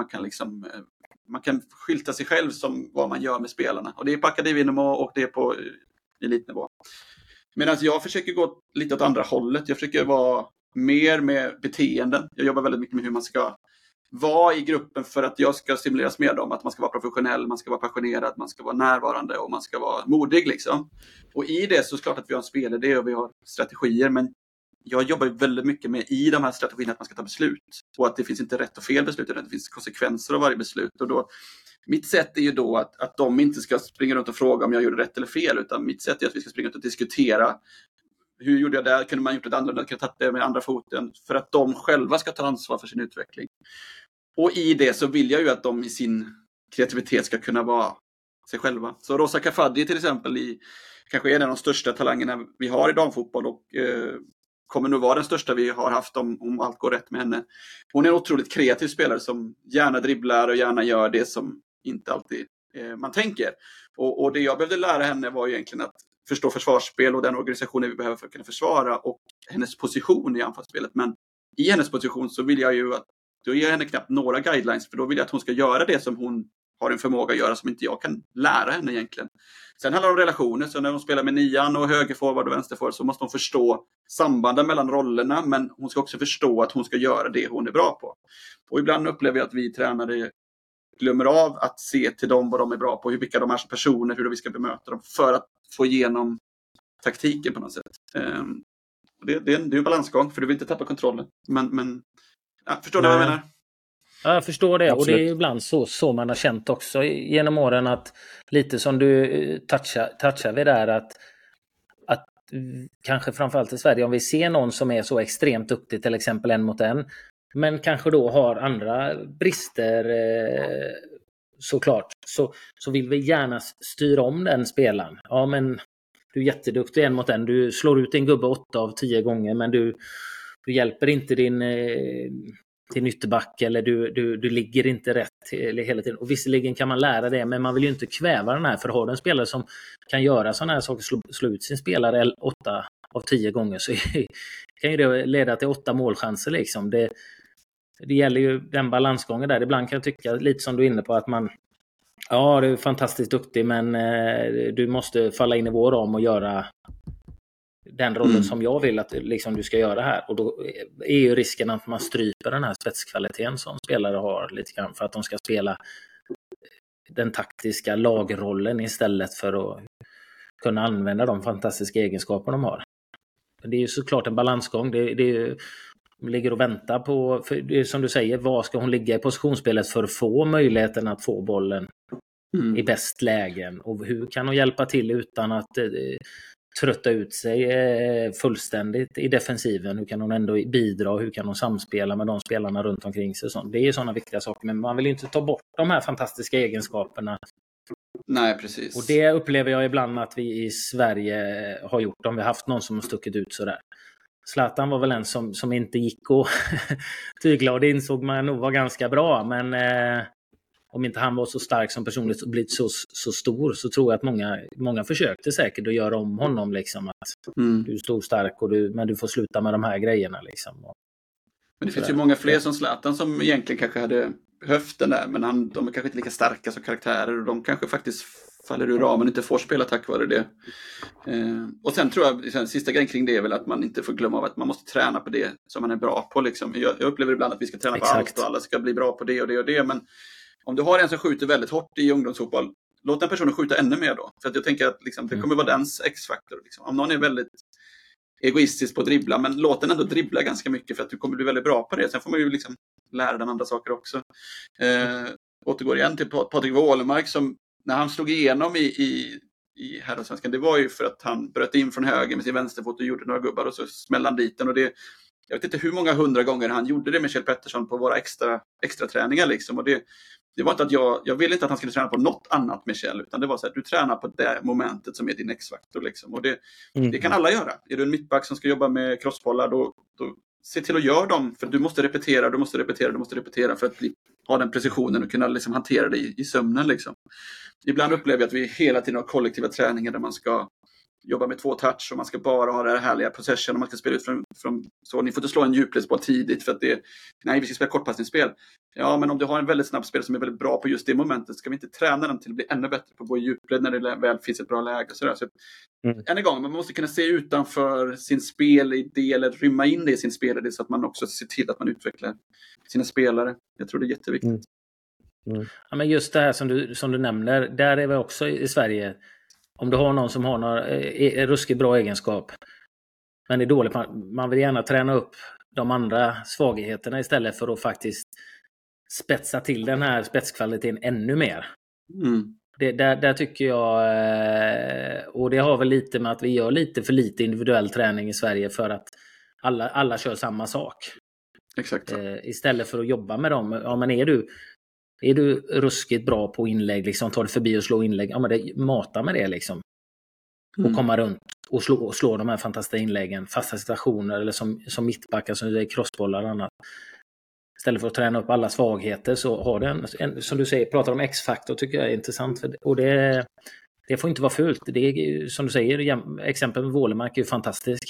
Speaker 1: man kan skylta sig själv som vad man gör med spelarna, och det är på akademinivå och det är på elitnivå. Medan jag försöker gå lite åt andra hållet, jag försöker vara mer med beteenden, jag jobbar väldigt mycket med hur man ska vara i gruppen för att jag ska stimuleras med dem, att man ska vara professionell, man ska vara passionerad, man ska vara närvarande och man ska vara modig liksom. Och i det så är det klart att vi har en spelidé och vi har strategier, men jag jobbar ju väldigt mycket med i de här strategierna att man ska ta beslut, och att det finns inte rätt och fel beslut, utan det finns konsekvenser av varje beslut. Och då, mitt sätt är ju då att de inte ska springa runt och fråga om jag gjorde rätt eller fel, utan mitt sätt är att vi ska springa runt och diskutera. Hur gjorde jag där? Kunde man gjort det annorlunda? Kunde jag tagit det med andra foten? För att de själva ska ta ansvar för sin utveckling. Och i det så vill jag ju att de i sin kreativitet ska kunna vara sig själva. Så Rosa Kafadji till exempel kanske är en av de största talangerna vi har i damfotboll, och kommer nog vara den största vi har haft om allt går rätt med henne. Hon är en otroligt kreativ spelare som gärna dribblar och gärna gör det som inte alltid man tänker. Och det jag behövde lära henne var ju egentligen att förstå försvarsspel och den organisationen vi behöver för att kunna försvara, och hennes position i anfallsspelet. Men i hennes position så vill jag ju att då ger jag henne knappt några guidelines, för då vill jag att hon ska göra det som hon har en förmåga att göra som inte jag kan lära henne egentligen. Sen handlar det om relationer, så när hon spelar med nian och högerforward och vänsterforward så måste hon förstå sambanden mellan rollerna, men hon ska också förstå att hon ska göra det hon är bra på. Och ibland upplever jag att vi tränare glömmer av att se till dem vad de är bra på, vilka de är som personer, hur vi ska bemöta dem för att få igenom taktiken på något sätt. Det är en balansgång, för du vill inte tappa kontrollen. Men ja, förstår du vad jag menar?
Speaker 2: Ja, jag förstår det.
Speaker 3: Absolut.
Speaker 2: Och det är ibland så man har känt också genom åren, att lite som du touchar vid där, att kanske framförallt i Sverige, om vi ser någon som är så extremt duktig, till exempel 1 mot 1, men kanske då har andra brister såklart, så vill vi gärna styra om den spelaren. Ja, men du är jätteduktig 1 mot 1, du slår ut din gubbe 8 av 10 gånger, men du hjälper inte din ytterback, eller du ligger inte rätt hela tiden. Och visserligen kan man lära det, men man vill ju inte kväva den här, för har du en spelare som kan göra sådana här saker, slå ut sin spelare 8 av 10 gånger, så kan ju det leda till 8 målchanser liksom. Det gäller ju den balansgången där. Ibland kan jag tycka, lite som du är inne på, att man, ja, du är fantastiskt duktig, men du måste falla in i vår ram och göra den rollen som jag vill att liksom du ska göra här. Och då är ju risken att man stryper den här spetskvaliteten som spelare har lite grann, för att de ska spela den taktiska lagrollen istället för att kunna använda de fantastiska egenskaper de har. Det är ju såklart en balansgång. Det är ju, ligger och väntar på, för det är som du säger, vad ska hon ligga i positionsspelet för att få möjligheten att få bollen i bäst lägen, och hur kan hon hjälpa till utan att trötta ut sig fullständigt i defensiven. Hur kan hon ändå bidra, och hur kan hon samspela med de spelarna runt omkring sig. Det är ju sådana viktiga saker, men man vill inte ta bort de här fantastiska egenskaperna.
Speaker 1: Nej, precis.
Speaker 2: Och det upplever jag ibland att vi i Sverige har gjort, om vi har haft någon som har stuckit ut sådär. Zlatan var väl en som inte gick och tygla, och det insåg man nog var ganska bra, men om inte han var så stark som personligt och blivit så stor, så tror jag att många försökte säkert att göra om honom liksom, att du är stor stark men du får sluta med de här grejerna liksom.
Speaker 1: Men det finns ju många fler som Zlatan som egentligen kanske hade behövt den där, men de är kanske inte lika starka som karaktärer, och de kanske faktiskt faller ur ramen och inte får spela tack vare det. Och sen tror jag, sista grejen kring det är väl att man inte får glömma av att man måste träna på det som man är bra på liksom. Jag upplever ibland att vi ska träna på allt och alla ska bli bra på det och det och det, men om du har en som skjuter väldigt hårt i ungdomsfotboll, låt den personen skjuta ännu mer då. För att jag tänker att liksom, det kommer vara dens X-faktor. Liksom. Om någon är väldigt egoistisk på att dribbla, men låt den ändå dribbla ganska mycket, för att du kommer bli väldigt bra på det. Sen får man ju liksom lära den andra saker också. Återgår igen till Patrik Wålemark, som när han slog igenom i herrasvenskan, det var ju för att han bröt in från höger med sin vänsterfot och gjorde några gubbar, och så smällde han dit den. Och det, jag vet inte hur många 100 gånger han gjorde det med Kjell Pettersson på våra extra träningar liksom. Och det var inte att jag ville inte att han skulle träna på något annat med Kjell, utan det var så att du tränar på det momentet som är din X-faktor liksom. Och det kan alla göra. Är du en mittback som ska jobba med crossbollar, då se till att göra dem, för du måste repetera för att ha den precisionen och kunna liksom hantera det i sömnen liksom. Ibland upplever jag att vi hela tiden har kollektiva träningar där man ska jobba med 2 touch och man ska bara ha det här härliga possession och man ska spela ut från så ni får inte slå en djupledsboll tidigt för att vi ska spela kortpassningsspel. Ja, men om du har en väldigt snabb spel som är väldigt bra på just det momentet, ska vi inte träna den till att bli ännu bättre på att gå i djupled när det väl finns ett bra läge och sådär. Så än en gång, man måste kunna se utanför sin spelidé eller rymma in det i sin spelidé, så att man också ser till att man utvecklar sina spelare. Jag tror det är jätteviktigt.
Speaker 2: Ja, men just det här som du nämner, där är vi också i Sverige. Om du har någon som har någon ruskigt bra egenskap men är dålig, man vill gärna träna upp de andra svagheterna istället för att faktiskt spetsa till den här spetskvaliteten ännu mer. Där tycker jag, och det har väl lite med att vi gör lite för lite individuell träning i Sverige, för att alla kör samma sak.
Speaker 1: Exakt.
Speaker 2: Istället för att jobba med dem. Ja, men är du ruskigt bra på inlägg, liksom, tar det förbi och slå inlägg, ja, men mata med det liksom. Och komma runt och slå de här fantastiska inläggen, fasta situationer, eller som mittbackar som är crossbollar och annat. Istället för att träna upp alla svagheter, så har det en som du säger, pratar om X-faktor, tycker jag är intressant. Och det får inte vara fult. Det är, som du säger, exempel med Wålemark är ju fantastisk.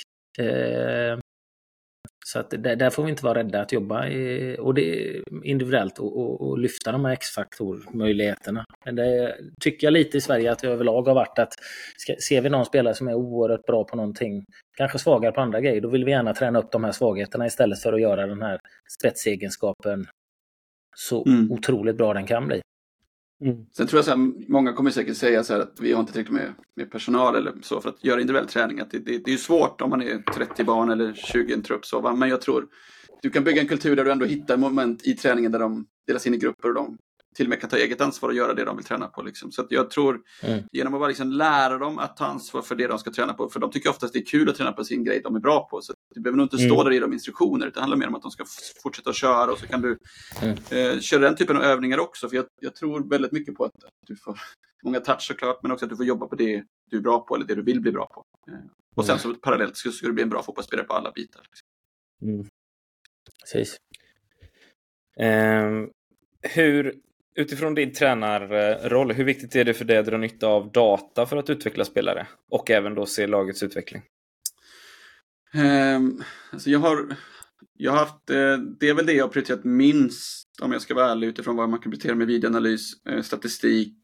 Speaker 2: Så att där får vi inte vara rädda att jobba och det individuellt och lyfta de här X-faktormöjligheterna. Men det tycker jag lite i Sverige att vi överlag har varit, att ser vi någon spelare som är oerhört bra på någonting, kanske svagare på andra grejer, då vill vi gärna träna upp de här svagheterna istället för att göra den här spetsegenskapen så otroligt bra den kan bli.
Speaker 1: Sen tror jag så här, många kommer säkert säga så här att vi har inte tillräckligt med personal eller så för att göra individuell träning. Att det är ju svårt om man är 30 barn eller 20 en trupp så, va? Men jag tror du kan bygga en kultur där du ändå hittar moment i träningen där de delas in i grupper och de till och med kan ta eget ansvar och göra det de vill träna på. Liksom. Så att jag tror, genom att bara liksom lära dem att ta ansvar för det de ska träna på, för de tycker oftast det är kul att träna på sin grej de är bra på. Så du behöver nog inte stå där i de instruktioner, utan det handlar mer om att de ska fortsätta att köra, och så kan du köra den typen av övningar också. För jag tror väldigt mycket på att du får många touch såklart, men också att du får jobba på det du är bra på eller det du vill bli bra på. Och sen så parallellt ska du bli en bra fotbollsspelare på alla bitar. Liksom.
Speaker 2: Precis.
Speaker 3: Utifrån din tränarroll, hur viktigt är det för dig att dra nytta av data för att utveckla spelare? Och även då se lagets utveckling?
Speaker 1: Alltså jag har haft, det är väl det jag har prioriterat minst, om jag ska vara ärlig, utifrån vad man kan prioritera med videoanalys, statistik,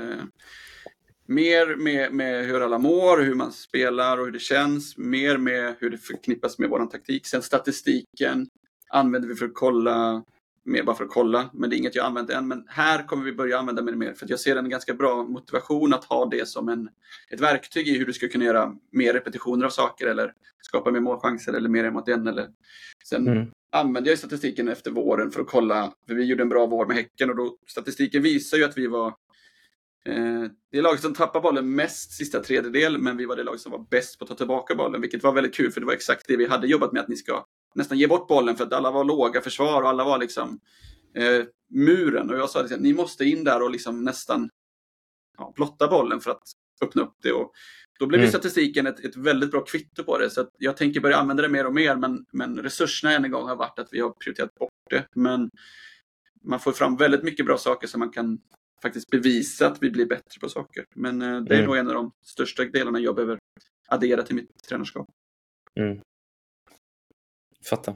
Speaker 1: mer med hur alla mår, hur man spelar och hur det känns, mer med hur det förknippas med våran taktik. Sen statistiken använder vi för att kolla, mer bara för att kolla, men det är inget jag använt än. Men här kommer vi börja använda mer, för att jag ser en ganska bra motivation att ha det som ett verktyg i hur du ska kunna göra mer repetitioner av saker, eller skapa mer målchanser, eller mer emot en. Eller. Sen använde jag statistiken efter våren för att kolla, för vi gjorde en bra vår med Häcken, och då statistiken visar ju att vi var det laget som tappade bollen mest sista tredjedel, men vi var det laget som var bäst på att ta tillbaka bollen, vilket var väldigt kul, för det var exakt det vi hade jobbat med, att ni ska nästan ge bort bollen, för att alla var låga försvar och alla var liksom muren, och jag sa att ni måste in där och liksom nästan blotta bollen för att öppna upp det, och då blev statistiken ett väldigt bra kvitto på det, så att jag tänker börja använda det mer och mer, men resurserna än en gång har varit att vi har prioriterat bort det, men man får fram väldigt mycket bra saker som man kan faktiskt bevisa att vi blir bättre på saker. Men det är nog en av de största delarna jag behöver addera till mitt tränarskap.
Speaker 3: Fattar.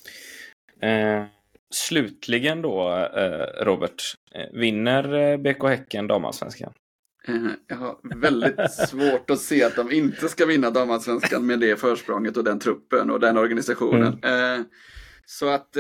Speaker 3: Slutligen då, Robert. Vinner BK Häcken damallsvenskan?
Speaker 1: Jag har väldigt svårt att se att de inte ska vinna damallsvenskan med det försprånget och den truppen och den organisationen. Så att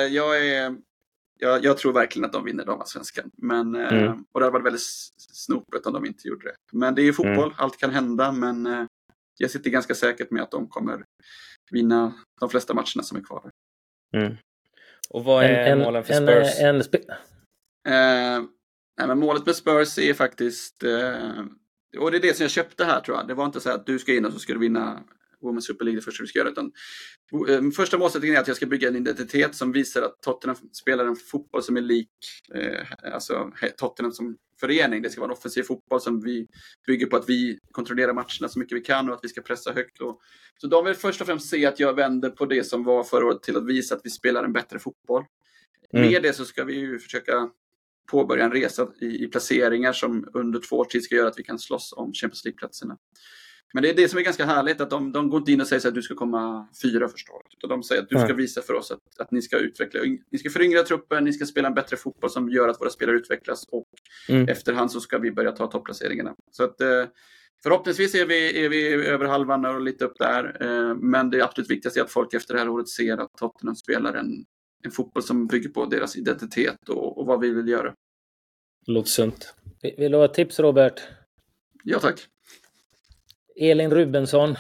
Speaker 1: jag tror verkligen att de vinner damallsvenskan. Men, och det hade varit väldigt snopet om de inte gjorde det. Men det är ju fotboll, allt kan hända. Men jag sitter ganska säkert med att de kommer vinna de flesta matcherna som är kvar.
Speaker 3: Och vad är målen för Spurs?
Speaker 1: Nej, men målet med Spurs är faktiskt, och det är det som jag köpte här, tror jag. Det var inte så att du ska in och så ska du vinna Women's Super League det första du ska göra, utan första målsättningen är att jag ska bygga en identitet som visar att Tottenham spelar en fotboll som är lik alltså Tottenham som förening. Det ska vara en offensiv fotboll som vi bygger på att vi kontrollerar matcherna så mycket vi kan och att vi ska pressa högt. Så de vill först och främst se att jag vänder på det som var förra året till att visa att vi spelar en bättre fotboll. Med det så ska vi ju försöka påbörja en resa i placeringar som under 2 års tid ska göra att vi kan slåss om Champions League-platserna. Men det är det som är ganska härligt, att de går inte in och säger så att du ska komma 4 första året, utan de säger att du ska visa för oss att ni ska utveckla, ni ska föryngra truppen, ni ska spela en bättre fotboll som gör att våra spelare utvecklas, och efterhand så ska vi börja ta topplaceringarna. Så att förhoppningsvis är vi över halvan och lite upp där, men det absolut viktigaste är att folk efter det här året ser att Tottenham spelar en fotboll som bygger på deras identitet och vad vi vill göra.
Speaker 2: Låter sunt. Vill du ha ett tips, Robert?
Speaker 1: Ja, tack.
Speaker 2: Elin Rubensson.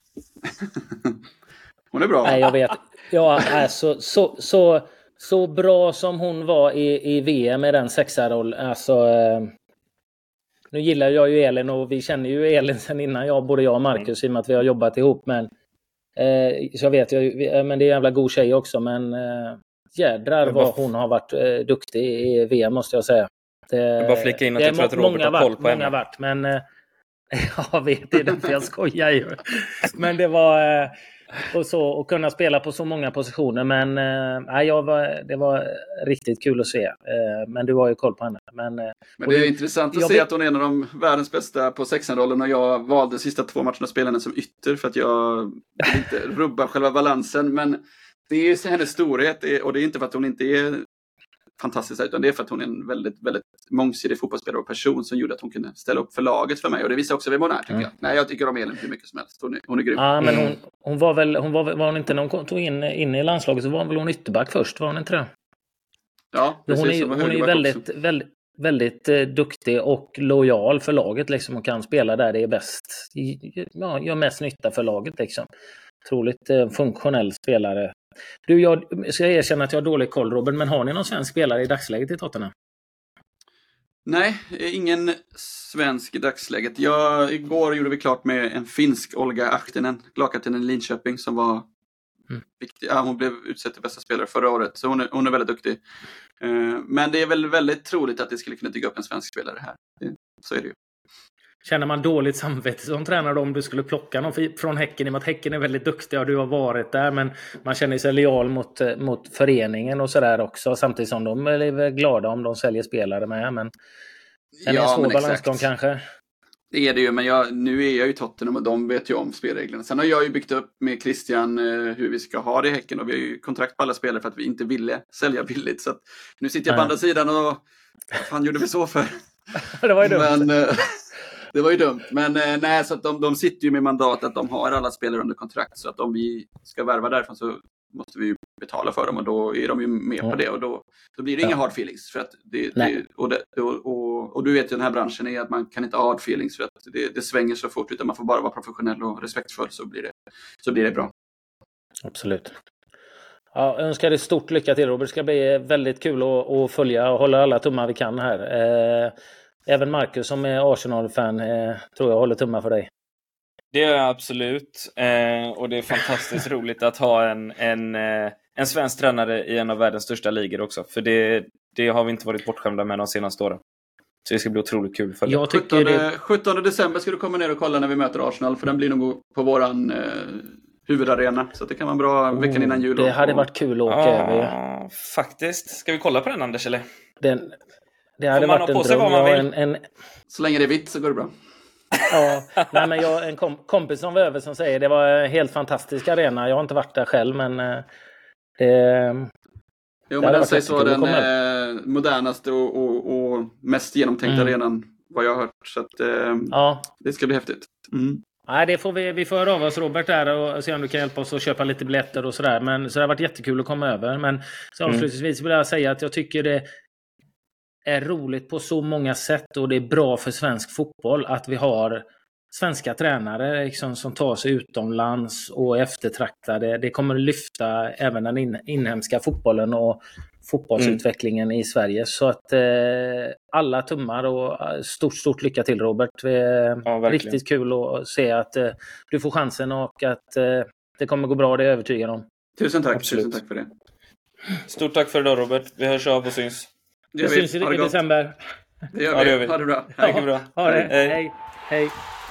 Speaker 1: Hon är bra.
Speaker 2: Nej, jag vet. Ja, alltså, så bra som hon var i VM med den 6-roll. Alltså, nu gillar jag ju Elin, och vi känner ju Elin sen innan både jag och Marcus, i och med att vi har jobbat ihop. Men så jag vet, men det är en jävla god tjej också. Men jädrar vad hon har varit duktig i VM, måste jag säga.
Speaker 3: Jag bara flika in att jag tror att Robert har koll på henne.
Speaker 2: Varit, men jag vet, det är därför jag skojar ju. Men det var och kunna spela på så många positioner, men det var riktigt kul att se. Men du har ju koll på henne. Men
Speaker 1: det är intressant att se att hon är en av de världens bästa på 6-rollen, och jag valde sista 2 matcherna spela henne som ytter för att jag vill inte rubba själva balansen, men det är ju hennes storhet, och det är inte för att hon inte är fantastisk, utan det är för att hon är en väldigt, väldigt mångsidig fotbollsspelare och person som gjorde att hon kunde ställa upp för laget för mig, och det visar också vem hon är, tycker jag. Nej, jag tycker om Elin hur mycket som helst. Hon är grym.
Speaker 2: Ja, men hon var hon inte, när hon tog in i landslaget så var väl hon ytterback först, var hon inte det?
Speaker 1: Ja, precis.
Speaker 2: Hon är ju väldigt duktig och lojal för laget liksom, och kan spela där det är bäst. Ja, gör mest nytta för laget liksom. Otroligt funktionell spelare. Du, jag ska erkänna att jag har dålig koll, Robert, men har ni någon svensk spelare i dagsläget i Tottenham?
Speaker 1: Nej, ingen svensk i dagsläget. Igår gjorde vi klart med en finsk, Olga Ahtinen, lagkaptenen i Linköping, som var viktig. Ja, hon blev utsedd till bästa spelare förra året, så hon är väldigt duktig. Men det är väl väldigt troligt att det skulle kunna dyka upp en svensk spelare här. Så är det ju.
Speaker 2: Känner man dåligt samvete som tränare om du skulle plocka någon från Häcken, i och med att Häcken är väldigt duktiga och du har varit där, men man känner sig lojal mot föreningen och sådär också, samtidigt som de är glada om de säljer spelare med, men det är en svår balansgång kanske.
Speaker 1: Det är det ju, men nu är jag ju Tottenham och de vet ju om spelreglerna. Sen har jag ju byggt upp med Christian hur vi ska ha det i Häcken, och vi har ju kontrakt på alla spelare för att vi inte ville sälja billigt, så att nu sitter jag på andra sidan och vad fan gjorde vi så för?
Speaker 2: Det var ju dumt.
Speaker 1: Men, det var ju dumt, men nej, så att de sitter ju med mandat att de har alla spelare under kontrakt, så att om vi ska värva därifrån så måste vi ju betala för dem, och då är de ju med på det, och då blir det inga hard feelings, för att och du vet ju, den här branschen är att man kan inte ha hard feelings, för att det svänger så fort, utan man får bara vara professionell och respektfull, så blir det bra.
Speaker 2: Absolut. Ja, jag önskar dig stort lycka till, Robert. Det ska bli väldigt kul att följa och hålla alla tummar vi kan här. Även Marcus som är Arsenal-fan tror jag håller tummar för dig.
Speaker 3: Det är jag absolut. Och det är fantastiskt roligt att ha en svensk tränare i en av världens största ligor också. För det har vi inte varit bortskämda med de senaste åren. Så det ska bli otroligt kul för
Speaker 2: jag tycker
Speaker 1: 17 december ska du komma ner och kolla när vi möter Arsenal. För den blir nog på våran huvudarena. Så det kan vara bra veckan innan jul.
Speaker 2: Det hade varit kul att åka över.
Speaker 3: Faktiskt. Ska vi kolla på den, Anders, eller?
Speaker 2: Det hade varit en dröm.
Speaker 1: Så länge det är vitt så går det bra.
Speaker 2: Ja, nej, men en kompis som var över som säger det var en helt fantastisk arena. Jag har inte varit där själv, men
Speaker 1: jo, men den sägs vara den modernaste och mest genomtänkta arenan, vad jag har hört. Så att det ska bli häftigt.
Speaker 2: Nej, det får vi får höra av oss, Robert, där och se om du kan hjälpa oss att köpa lite biljetter och sådär. Men så det har varit jättekul att komma över. Men så avslutningsvis vill jag säga att jag tycker det är roligt på så många sätt, och det är bra för svensk fotboll att vi har svenska tränare liksom, som tar sig utomlands och eftertraktade. Det kommer lyfta även den inhemska fotbollen och fotbollsutvecklingen i Sverige. Så att alla tummar, och stort lycka till, Robert. Riktigt kul att se att du får chansen och att det kommer gå bra, det är jag övertygad om.
Speaker 1: Tusen tack för det.
Speaker 3: Stort tack för idag, Robert. Vi hörs av och syns.
Speaker 2: Det syns i december.
Speaker 1: Det gör vi. Ha det bra.
Speaker 3: Ha det bra.
Speaker 2: Ha det. Hej.